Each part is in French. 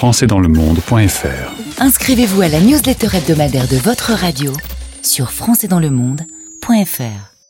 françaisdanslemonde.fr. Inscrivez-vous à la newsletter hebdomadaire de votre radio sur françaisdanslemonde.fr.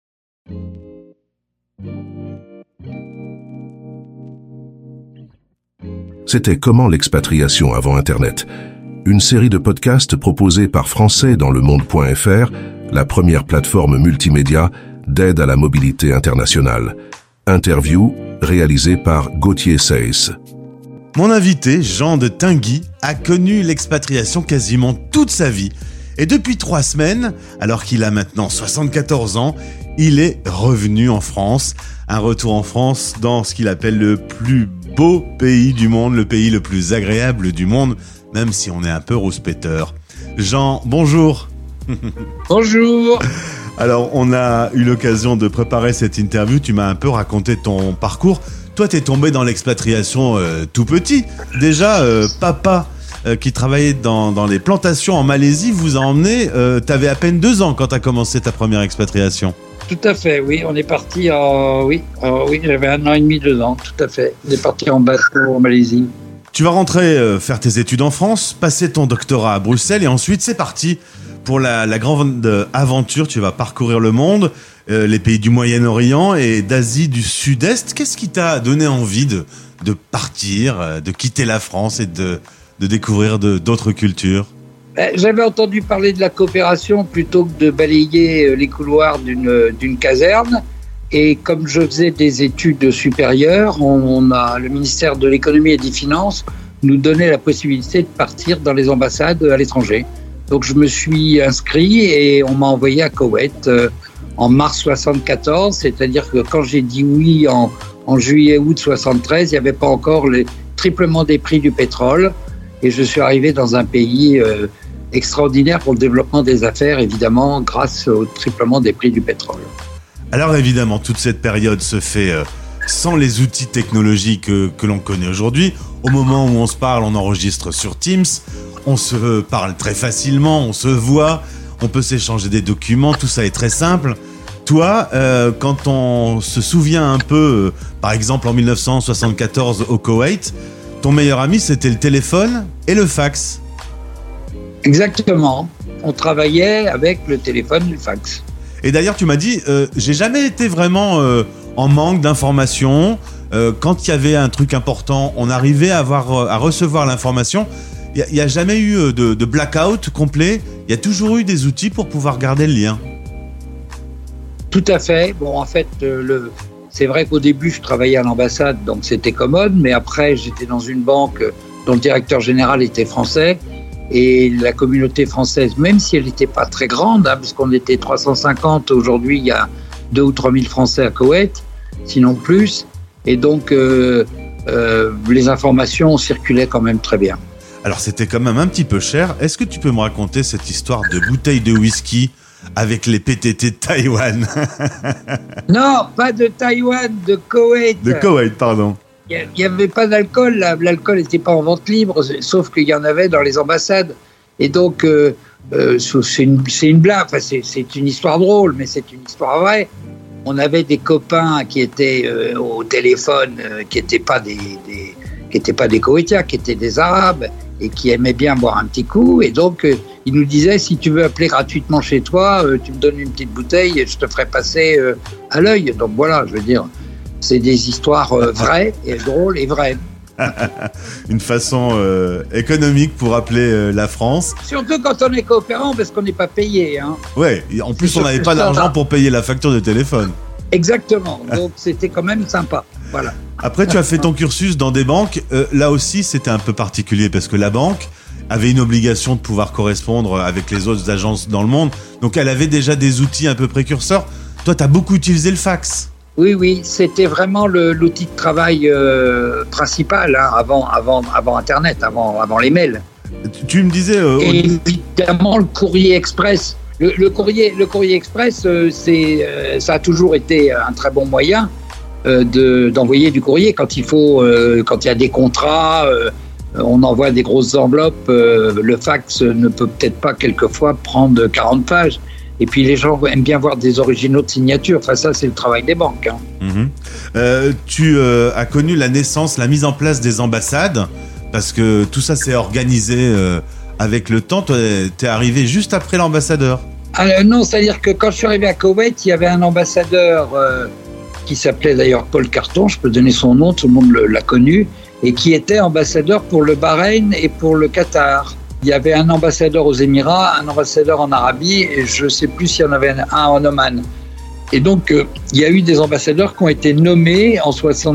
C'était Comment l'expatriation avant Internet, une série de podcasts proposés par françaisdanslemonde.fr, la première plateforme multimédia d'aide à la mobilité internationale. Interview réalisée par Gauthier Seyss. Mon invité, Jean de Tinguy, a connu l'expatriation quasiment toute sa vie. Et depuis 3 semaines, alors qu'il a maintenant 74 ans, il est revenu en France. Un retour en France dans ce qu'il appelle le plus beau pays du monde, le pays le plus agréable du monde, même si on est un peu rouspéteur. Jean, bonjour. Bonjour. Alors, on a eu l'occasion de préparer cette interview. Tu m'as un peu raconté ton parcours. Toi, t'es tombé dans l'expatriation tout petit. Déjà, papa qui travaillait dans les plantations en Malaisie vous a emmené. T'avais à peine 2 ans quand t'as commencé ta première expatriation. Tout à fait, oui. On est parti oui, j'avais 1 an et demi, 2 ans, tout à fait. On est parti en bateau en Malaisie. Tu vas rentrer faire tes études en France, passer ton doctorat à Bruxelles et ensuite c'est parti pour la grande aventure. Tu vas parcourir le monde, les pays du Moyen-Orient et d'Asie du Sud-Est. Qu'est-ce qui t'a donné envie de partir, de quitter la France et de découvrir d'autres cultures ? J'avais entendu parler de la coopération plutôt que de balayer les couloirs d'une caserne. Et comme je faisais des études supérieures, le ministère de l'économie et des finances nous donnait la possibilité de partir dans les ambassades à l'étranger. Donc je me suis inscrit et on m'a envoyé à Koweït en mars 74, c'est-à-dire que quand j'ai dit oui en juillet-août 73, il n'y avait pas encore le triplement des prix du pétrole et je suis arrivé dans un pays extraordinaire pour le développement des affaires, évidemment, grâce au triplement des prix du pétrole. Alors évidemment, toute cette période se fait sans les outils technologiques que l'on connaît aujourd'hui. Au moment où on se parle, on enregistre sur Teams, on se parle très facilement, on se voit, on peut s'échanger des documents, tout ça est très simple. Toi, quand on se souvient un peu, par exemple en 1974 au Koweït, ton meilleur ami c'était le téléphone et le fax. Exactement, on travaillait avec le téléphone et le fax. Et d'ailleurs, tu m'as dit, j'ai jamais été vraiment en manque d'informations. Quand il y avait un truc important, on arrivait à recevoir l'information. Il n'y a jamais eu de blackout complet. Il y a toujours eu des outils pour pouvoir garder le lien. Tout à fait. Bon, en fait, c'est vrai qu'au début, je travaillais à l'ambassade, donc c'était commode. Mais après, j'étais dans une banque dont le directeur général était français. Et la communauté française, même si elle n'était pas très grande, parce qu'on était 350, aujourd'hui il y a 2 ou 3 000 Français à Koweït, sinon plus. Et donc les informations circulaient quand même très bien. Alors c'était quand même un petit peu cher. Est-ce que tu peux me raconter cette histoire de bouteille de whisky avec les PTT de Taïwan ? Non, pas de Taïwan, de Koweït. De Koweït, pardon. Il n'y avait pas d'alcool, l'alcool n'était pas en vente libre, sauf qu'il y en avait dans les ambassades. Et donc, c'est une blague, enfin, c'est une histoire drôle, mais c'est une histoire vraie. On avait des copains qui étaient au téléphone, qui n'étaient pas des Koweïtiens, qui étaient des Arabes, et qui aimaient bien boire un petit coup. Et donc, ils nous disaient, si tu veux appeler gratuitement chez toi, tu me donnes une petite bouteille et je te ferai passer à l'œil. Donc voilà, je veux dire... C'est des histoires vraies et drôles et vraies. Une façon économique pour appeler la France. Surtout quand on est coopérant, parce qu'on n'est pas payé. Hein. Ouais, en plus on n'avait pas d'argent pour payer la facture de téléphone. Exactement, donc c'était quand même sympa. Voilà. Après tu as fait ton cursus dans des banques. Là aussi c'était un peu particulier parce que la banque avait une obligation de pouvoir correspondre avec les autres agences dans le monde. Donc elle avait déjà des outils un peu précurseurs. Toi tu as beaucoup utilisé le fax. Oui, c'était vraiment l'outil de travail principal hein, avant Internet, avant les mails. Tu me disais... Et évidemment, le courrier express. Le courrier express, ça a toujours été un très bon moyen d'envoyer du courrier. Quand il y a des contrats, on envoie des grosses enveloppes. Le fax ne peut peut-être pas quelquefois prendre 40 pages. Et puis les gens aiment bien voir des originaux de signature. Enfin, ça, c'est le travail des banques. Hein. Tu as connu la mise en place des ambassades Parce que tout ça s'est organisé avec le temps. Toi, t'es arrivé juste après l'ambassadeur. Non, c'est-à-dire que quand je suis arrivé à Koweït, il y avait un ambassadeur qui s'appelait d'ailleurs Paul Carton, je peux donner son nom, tout le monde l'a connu, et qui était ambassadeur pour le Bahreïn et pour le Qatar. Il y avait un ambassadeur aux Émirats, un ambassadeur en Arabie, et je ne sais plus s'il y en avait un en Oman. Et donc, il y a eu des ambassadeurs qui ont été nommés en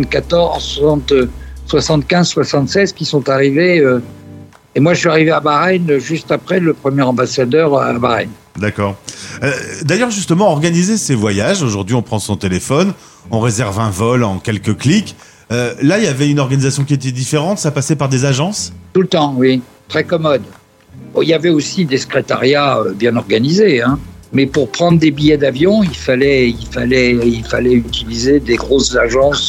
75, 76, qui sont arrivés. Et moi, je suis arrivé à Bahreïn juste après le premier ambassadeur à Bahreïn. D'accord. D'ailleurs, justement, organiser ces voyages, aujourd'hui, on prend son téléphone, on réserve un vol en quelques clics. Là, il y avait une organisation qui était différente, ça passait par des agences ? Tout le temps, oui. Très commode. Bon, il y avait aussi des secrétariats bien organisés, hein. Mais pour prendre des billets d'avion, il fallait utiliser des grosses agences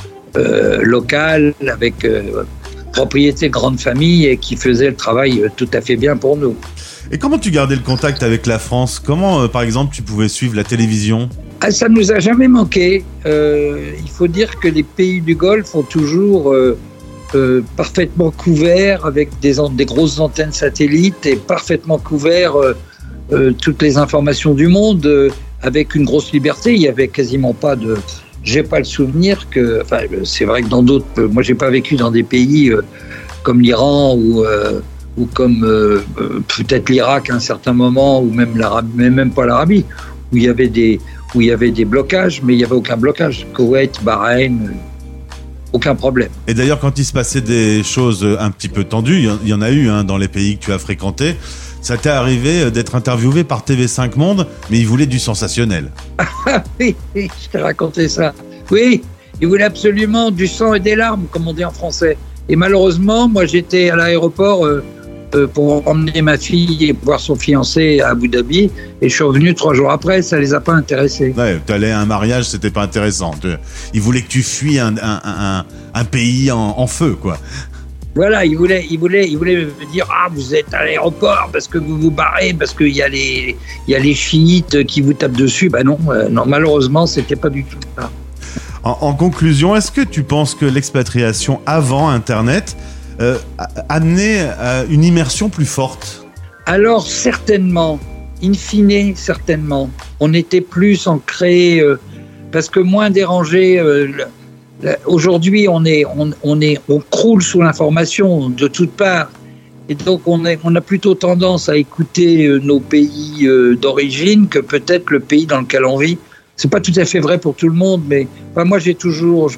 locales avec propriété de grandes familles et qui faisaient le travail tout à fait bien pour nous. Et comment tu gardais le contact avec la France ? Comment, par exemple, tu pouvais suivre la télévision ? Ça ne nous a jamais manqué. Il faut dire que les pays du Golfe ont toujours parfaitement couverts avec des grosses antennes satellites et parfaitement couverts toutes les informations du monde avec une grosse liberté. Il y avait quasiment pas de... J'ai pas le souvenir que... Enfin, c'est vrai que dans d'autres... Moi, j'ai pas vécu dans des pays comme l'Iran ou comme peut-être l'Irak à un certain moment, ou même l'Arabie, mais même pas l'Arabie, où il y avait des blocages, mais il n'y avait aucun blocage. Koweït, Bahreïn, aucun problème. Et d'ailleurs, quand il se passait des choses un petit peu tendues, il y en a eu dans les pays que tu as fréquentés, ça t'est arrivé d'être interviewé par TV5 Monde, mais ils voulaient du sensationnel. Oui, je t'ai raconté ça. Oui, ils voulaient absolument du sang et des larmes, comme on dit en français. Et malheureusement, moi j'étais à l'aéroport pour emmener ma fille et voir son fiancé à Abu Dhabi, et je suis revenu 3 jours après, ça les a pas intéressés. Ouais, t'allais à un mariage, c'était pas intéressant. Ils voulaient que tu fuis un pays en feu, quoi. Voilà, ils voulaient me dire vous êtes à l'aéroport parce que vous vous barrez, parce qu'il y a les chiites qui vous tapent dessus. Non, malheureusement, c'était pas du tout ça. En conclusion, est-ce que tu penses que l'expatriation avant Internet amenait une immersion plus forte ? Alors certainement, in fine, certainement. On était plus ancré parce que moins dérangé. Aujourd'hui, on croule sous l'information de toutes parts, et donc on a plutôt tendance à écouter nos pays d'origine que peut-être le pays dans lequel on vit. C'est pas tout à fait vrai pour tout le monde, mais moi j'ai toujours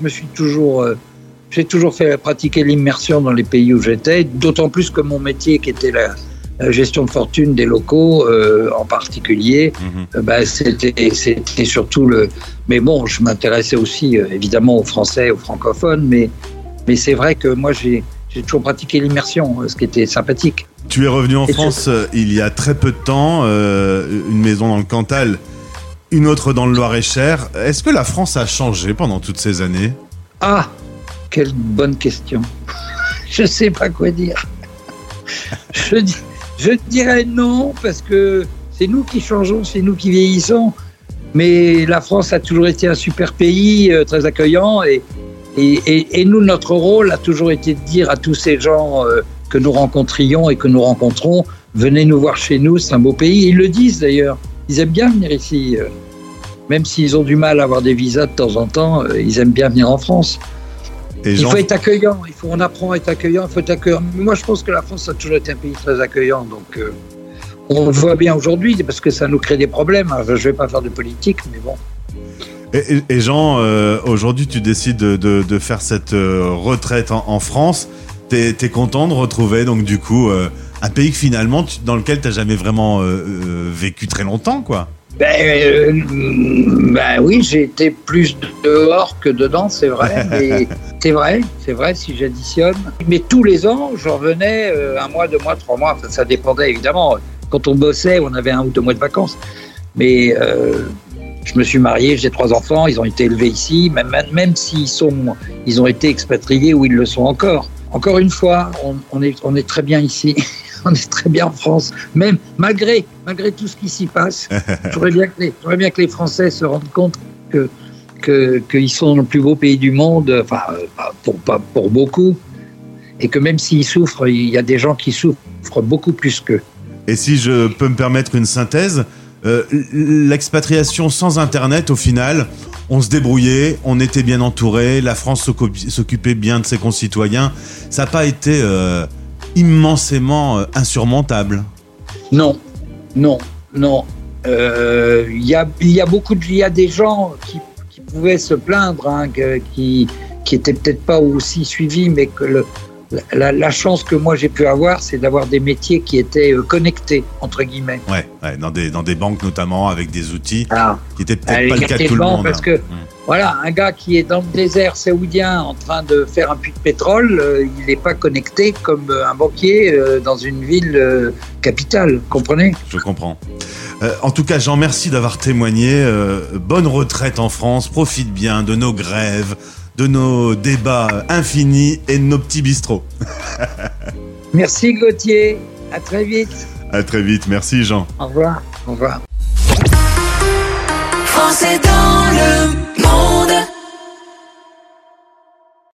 fait pratiquer l'immersion dans les pays où j'étais, d'autant plus que mon métier, qui était la gestion de fortune des locaux en particulier, c'était surtout le... Mais bon, je m'intéressais aussi évidemment aux Français, aux francophones, mais c'est vrai que moi j'ai toujours pratiqué l'immersion, ce qui était sympathique. Tu es revenu en France il y a très peu de temps, une maison dans le Cantal, une autre dans le Loir-et-Cher. Est-ce que la France a changé pendant toutes ces années ? Ah, quelle bonne question. Je sais pas quoi dire. Je dirais non, parce que c'est nous qui changeons, c'est nous qui vieillissons. Mais la France a toujours été un super pays, très accueillant. Et nous, notre rôle a toujours été de dire à tous ces gens que nous rencontrions et que nous rencontrons, venez nous voir chez nous, c'est un beau pays. Ils le disent d'ailleurs. Ils aiment bien venir ici. Même s'ils ont du mal à avoir des visas de temps en temps, ils aiment bien venir en France. Il faut être accueillant, on apprend à être accueillant, il faut être accueillant. Moi, je pense que la France a toujours été un pays très accueillant, donc on le voit bien aujourd'hui, parce que ça nous crée des problèmes. Je ne vais pas faire de politique, mais bon. Et Jean, aujourd'hui, tu décides de faire cette retraite en France. T'es content de retrouver, donc du coup, un pays finalement dans lequel t'as jamais vraiment vécu très longtemps, quoi. Oui, j'ai été plus dehors que dedans, c'est vrai. Mais c'est vrai si j'additionne. Mais tous les ans, je revenais 1 mois, 2 mois, 3 mois. Enfin, ça dépendait évidemment. Quand on bossait, on avait 1 ou 2 mois de vacances. Mais je me suis marié, j'ai 3 enfants. Ils ont été élevés ici, même ils ont été expatriés ou ils le sont encore. Encore une fois, on est très bien ici. On est très bien en France, même malgré tout ce qui s'y passe. J'aimerais bien que les Français se rendent compte qu'ils sont le plus beau pays du monde, enfin, pour beaucoup. et que même s'ils souffrent, il y a des gens qui souffrent beaucoup plus qu'eux. Et si je peux me permettre une synthèse, l'expatriation sans Internet, au final, on se débrouillait, on était bien entouré, la France s'occupait bien de ses concitoyens. Ça n'a pas été immensément insurmontable. Non. Il y a des gens qui pouvaient se plaindre, qui étaient peut-être pas aussi suivis, mais que la chance que moi j'ai pu avoir, c'est d'avoir des métiers qui étaient connectés, entre guillemets. Ouais, dans des banques notamment, avec des outils qui étaient peut-être pas le cas de tout le monde. Parce que voilà, un gars qui est dans le désert saoudien en train de faire un puits de pétrole, il n'est pas connecté comme un banquier dans une ville capitale, comprenez ? Je comprends. En tout cas, Jean, merci d'avoir témoigné. Bonne retraite en France, profite bien de nos grèves, de nos débats infinis et de nos petits bistrots. Merci Gauthier, à très vite. À très vite, merci Jean. Au revoir. Français dans le